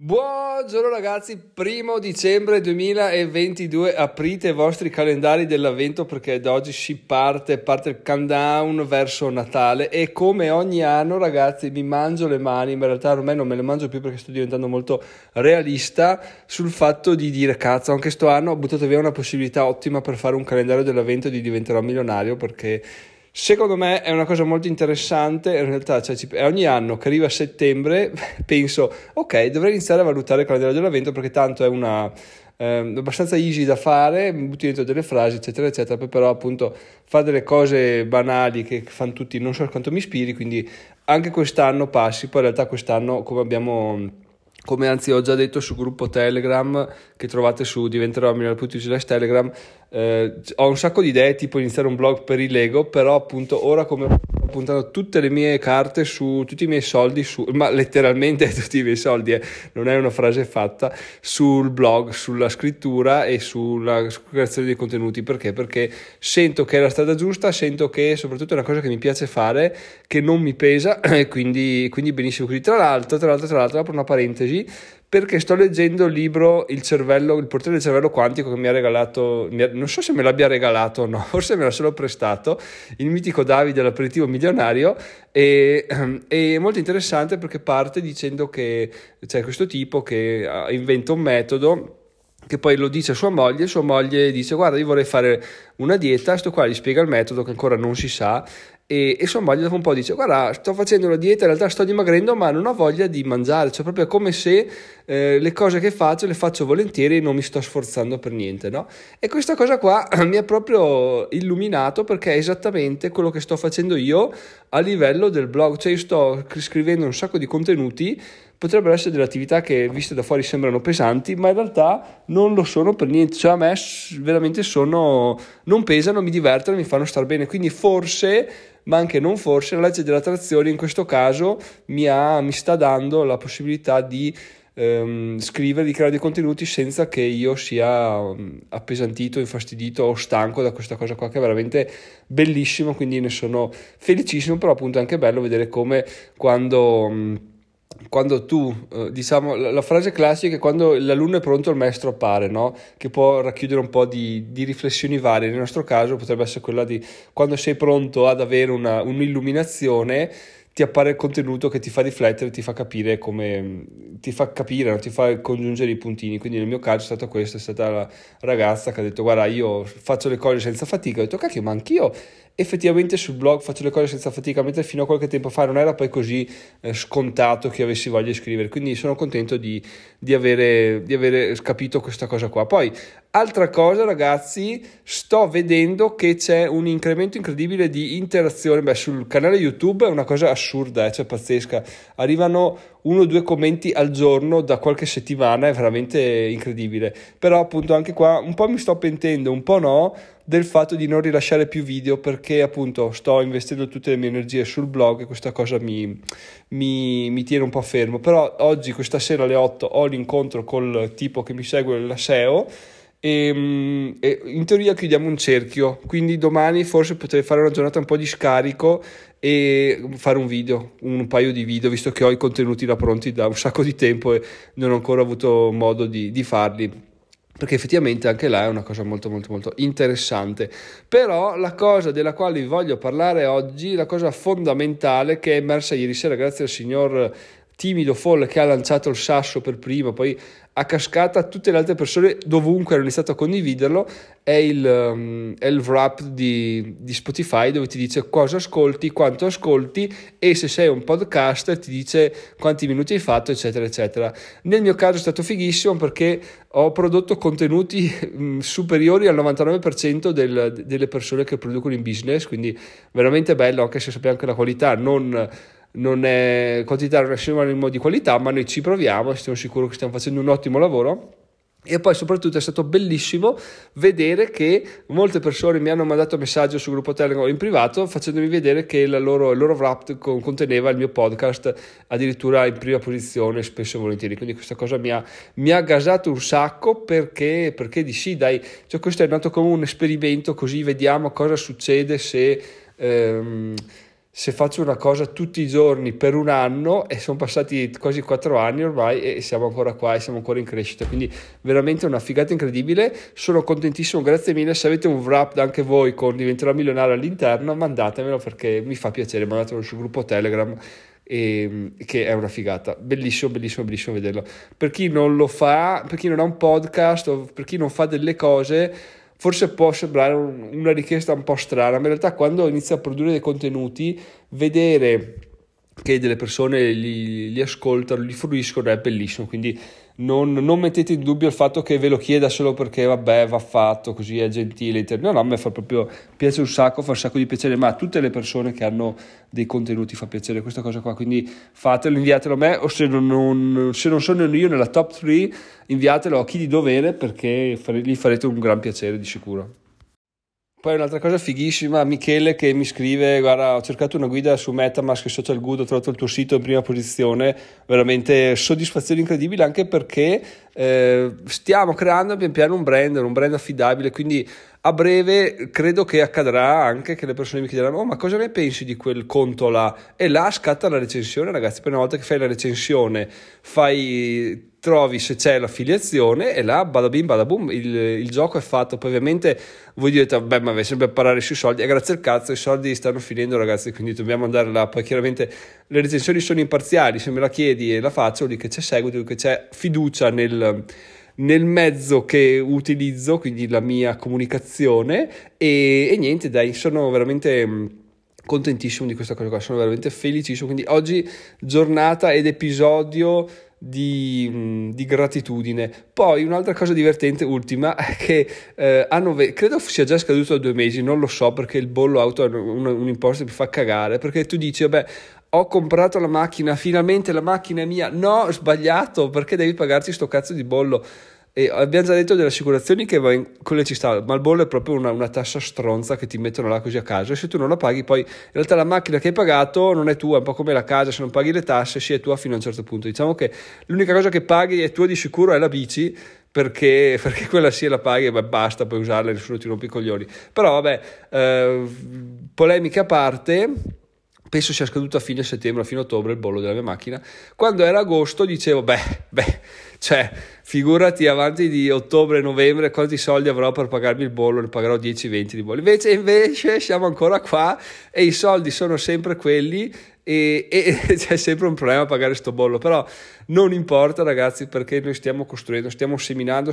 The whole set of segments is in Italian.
Buongiorno ragazzi, 1° dicembre 2022, aprite i vostri calendari dell'avvento perché da oggi si parte il countdown verso Natale e come ogni anno ragazzi mi mangio le mani, ma in realtà ormai non me le mangio più perché sto diventando molto realista sul fatto di dire cazzo, anche sto anno ho buttato via una possibilità ottima per fare un calendario dell'avvento di diventerò milionario perché secondo me è una cosa molto interessante, in realtà ogni anno che arriva a settembre penso ok, dovrei iniziare a valutare il calendario dell'avvento perché tanto è una abbastanza easy da fare, mi butto dentro delle frasi eccetera eccetera, poi però appunto fare delle cose banali che fanno tutti non so quanto mi ispiri, quindi anche quest'anno passi, poi in realtà quest'anno come anzi ho già detto sul gruppo Telegram che trovate su diventerò.it/Telegram, ho un sacco di idee tipo iniziare un blog per i Lego, però appunto ora come ho puntato tutte le mie carte su tutti i miei soldi ma letteralmente tutti i miei soldi, non è una frase fatta, sul blog, sulla scrittura e sulla creazione dei contenuti. Perché sento che è la strada giusta, sento che soprattutto è una cosa che mi piace fare, che non mi pesa e quindi benissimo così. Tra l'altro apro una parentesi perché sto leggendo il libro Il portale del cervello quantico che mi ha regalato, non so se me l'abbia regalato o no, forse me l'ha solo prestato, il mitico Davide, l'aperitivo milionario, e è molto interessante perché parte dicendo che c'è questo tipo che inventa un metodo che poi lo dice a sua moglie dice guarda io vorrei fare una dieta, sto qua gli spiega il metodo che ancora non si sa e sua moglie dopo un po' dice guarda sto facendo una dieta, in realtà sto dimagrendo ma non ho voglia di mangiare, cioè proprio è come se le cose che faccio le faccio volentieri e non mi sto sforzando per niente, no? E questa cosa qua mi ha proprio illuminato perché è esattamente quello che sto facendo io a livello del blog, cioè io sto scrivendo un sacco di contenuti, potrebbero essere delle attività che viste da fuori sembrano pesanti, ma in realtà non lo sono per niente, cioè a me veramente non pesano, mi divertono, mi fanno star bene, quindi forse, ma anche non forse, la legge dell'attrazione in questo caso mi sta dando la possibilità di scrivere, di creare dei contenuti senza che io sia appesantito, infastidito o stanco da questa cosa qua che è veramente bellissimo, quindi ne sono felicissimo, però appunto è anche bello vedere come quando tu, diciamo, la frase classica è quando l'alunno è pronto il maestro appare, no? Che può racchiudere un po' di riflessioni varie, nel nostro caso potrebbe essere quella di quando sei pronto ad avere un'illuminazione, ti appare il contenuto che ti fa riflettere, ti fa capire ti fa capire, no? Ti fa congiungere i puntini, quindi nel mio caso è stato questo, è stata la ragazza che ha detto guarda io faccio le cose senza fatica, ho detto cacchio ma anch'io effettivamente sul blog faccio le cose senza fatica, mentre fino a qualche tempo fa non era poi così scontato che avessi voglia di scrivere, quindi sono contento di avere capito questa cosa qua. Poi altra cosa ragazzi, sto vedendo che c'è un incremento incredibile di interazione, sul canale YouTube è una cosa assurda, cioè pazzesca, arrivano 1 o 2 commenti al giorno da qualche settimana, è veramente incredibile, però appunto anche qua un po' mi sto pentendo, un po' no, del fatto di non rilasciare più video perché appunto sto investendo tutte le mie energie sul blog e questa cosa mi tiene un po' fermo. Però oggi, questa sera alle 8 ho l'incontro col tipo che mi segue, la SEO, e in teoria chiudiamo un cerchio, quindi domani forse potrei fare una giornata un po' di scarico e fare un paio di video, visto che ho i contenuti là pronti da un sacco di tempo e non ho ancora avuto modo di farli, perché effettivamente anche là è una cosa molto molto molto interessante. Però la cosa della quale vi voglio parlare oggi, la cosa fondamentale che è emersa ieri sera grazie al signor timido folle che ha lanciato il sasso per primo, poi a cascata tutte le altre persone dovunque hanno iniziato a condividerlo, è il wrap di Spotify, dove ti dice cosa ascolti, quanto ascolti e se sei un podcaster ti dice quanti minuti hai fatto eccetera eccetera. Nel mio caso è stato fighissimo perché ho prodotto contenuti superiori al 99% delle persone che producono in business, quindi veramente bello, anche se sappiamo che la qualità non è quantità, non è sinonimo di qualità, ma noi ci proviamo e siamo sicuri che stiamo facendo un ottimo lavoro. E poi soprattutto è stato bellissimo vedere che molte persone mi hanno mandato messaggio sul gruppo Telegram in privato facendomi vedere che il loro wrap conteneva il mio podcast addirittura in prima posizione spesso e volentieri, quindi questa cosa mi ha gasato un sacco perché di sì dai, cioè questo è nato come un esperimento, così vediamo cosa succede se se faccio una cosa tutti i giorni per un anno, e sono passati quasi 4 anni ormai e siamo ancora qua e siamo ancora in crescita, quindi veramente una figata incredibile. Sono contentissimo, grazie mille. Se avete un wrap anche voi con Diventerò Milionario all'interno, mandatemelo perché mi fa piacere, mandatelo sul gruppo Telegram, che è una figata, bellissimo bellissimo bellissimo vederlo. Per chi non lo fa, per chi non ha un podcast o per chi non fa delle cose, forse può sembrare una richiesta un po' strana, ma in realtà quando inizia a produrre dei contenuti, vedere che delle persone li ascoltano, li fruiscono, è bellissimo. Quindi non mettete in dubbio il fatto che ve lo chieda solo perché vabbè va fatto così, è gentile. No, a me fa proprio piace un sacco, fa un sacco di piacere, ma a tutte le persone che hanno dei contenuti fa piacere questa cosa qua, quindi fatelo, inviatelo a me, o se non sono io nella top 3, inviatelo a chi di dovere, perché gli farete un gran piacere di sicuro. Poi un'altra cosa fighissima, Michele che mi scrive: guarda, ho cercato una guida su MetaMask e Social Good, ho trovato il tuo sito in prima posizione, veramente soddisfazione incredibile, anche perché stiamo creando pian piano un brand affidabile, quindi a breve credo che accadrà anche che le persone mi chiederanno: oh, ma cosa ne pensi di quel conto là? E là scatta la recensione, ragazzi. Poi una volta che fai la recensione trovi se c'è l'affiliazione, e là bada bim bada boom, il gioco è fatto. Poi ovviamente voi direte: beh, ma vai sempre a parlare sui soldi, e grazie al cazzo i soldi stanno finendo, ragazzi, quindi dobbiamo andare là. Poi chiaramente le recensioni sono imparziali, se me la chiedi e la faccio, vuol dire che c'è seguito, vuol dire che c'è fiducia nel mezzo che utilizzo, quindi la mia comunicazione, e niente, dai, sono veramente contentissimo di questa cosa qua, sono veramente felicissimo. Quindi oggi giornata ed episodio di gratitudine. Poi un'altra cosa divertente, ultima, è che credo sia già scaduto da 2 mesi, non lo so, perché il bollo auto è un imposto che mi fa cagare, perché tu dici: vabbè, ho comprato la macchina, finalmente la macchina è mia. No, sbagliato, perché devi pagarci sto cazzo di bollo. E abbiamo già detto delle assicurazioni che quelle ci sta, ma il bollo è proprio una tassa stronza che ti mettono là così a caso, e se tu non la paghi poi in realtà la macchina che hai pagato non è tua, è un po' come la casa, se non paghi le tasse sì è tua fino a un certo punto. Diciamo che l'unica cosa che paghi è tua di sicuro è la bici, perché quella sì la paghi e basta, puoi usarla, nessuno ti rompe i coglioni. Però vabbè, polemiche a parte, penso sia scaduto a fine settembre, a fine ottobre il bollo della mia macchina. Quando era agosto dicevo cioè figurati avanti di ottobre e novembre quanti soldi avrò per pagarmi il bollo, ne pagherò 10-20 di bollo. Invece siamo ancora qua e i soldi sono sempre quelli, e c'è sempre un problema a pagare sto bollo. Però non importa, ragazzi, perché noi stiamo costruendo, stiamo seminando,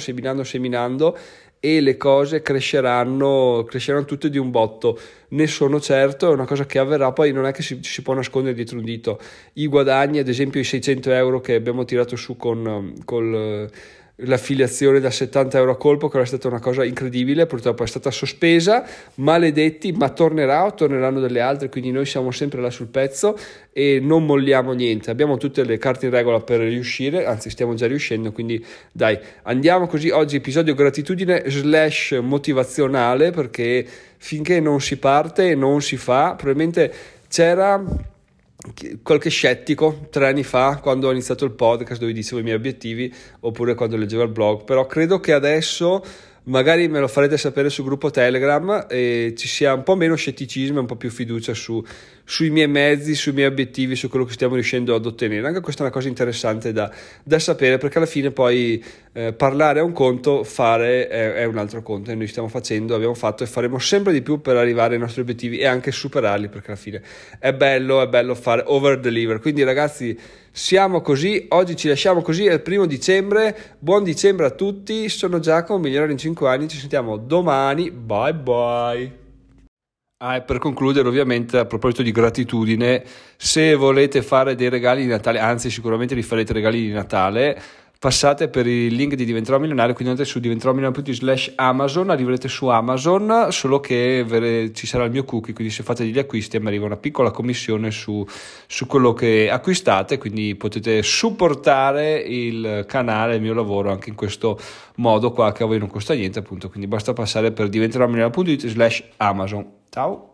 e le cose cresceranno tutte di un botto, ne sono certo. È una cosa che avverrà, poi non è che ci si può nascondere dietro un dito. I guadagni, ad esempio i 600 euro che abbiamo tirato su con l'affiliazione da 70 euro a colpo, che era stata una cosa incredibile, purtroppo è stata sospesa, maledetti, ma torneranno delle altre, quindi noi siamo sempre là sul pezzo e non molliamo niente, abbiamo tutte le carte in regola per riuscire, anzi stiamo già riuscendo, quindi dai, andiamo così. Oggi episodio gratitudine / motivazionale, perché finché non si parte non si fa. Probabilmente c'era qualche scettico 3 anni fa, quando ho iniziato il podcast, dove dicevo i miei obiettivi, oppure quando leggevo il blog, però credo che adesso magari me lo farete sapere sul gruppo Telegram e ci sia un po' meno scetticismo e un po' più fiducia sui miei mezzi, sui miei obiettivi, su quello che stiamo riuscendo ad ottenere. Anche questa è una cosa interessante da sapere, perché alla fine poi parlare è un conto, fare è un altro conto, e noi abbiamo fatto e faremo sempre di più per arrivare ai nostri obiettivi e anche superarli, perché alla fine è bello fare over deliver. Quindi ragazzi, siamo così, oggi ci lasciamo così, è il 1 dicembre, buon dicembre a tutti. Sono Giacomo, migliorare in 5 anni, ci sentiamo domani, bye bye. E per concludere, ovviamente, a proposito di gratitudine, se volete fare dei regali di Natale, anzi sicuramente vi farete regali di Natale, passate per il link di Diventerò Milionario, quindi andate su diventeromilionario.it/Amazon, arriverete su Amazon, solo che ci sarà il mio cookie, quindi se fate degli acquisti mi arriva una piccola commissione su quello che acquistate, quindi potete supportare il canale, il mio lavoro anche in questo modo qua, che a voi non costa niente, appunto. Quindi basta passare per diventeromilionario.it/Amazon. Ciao!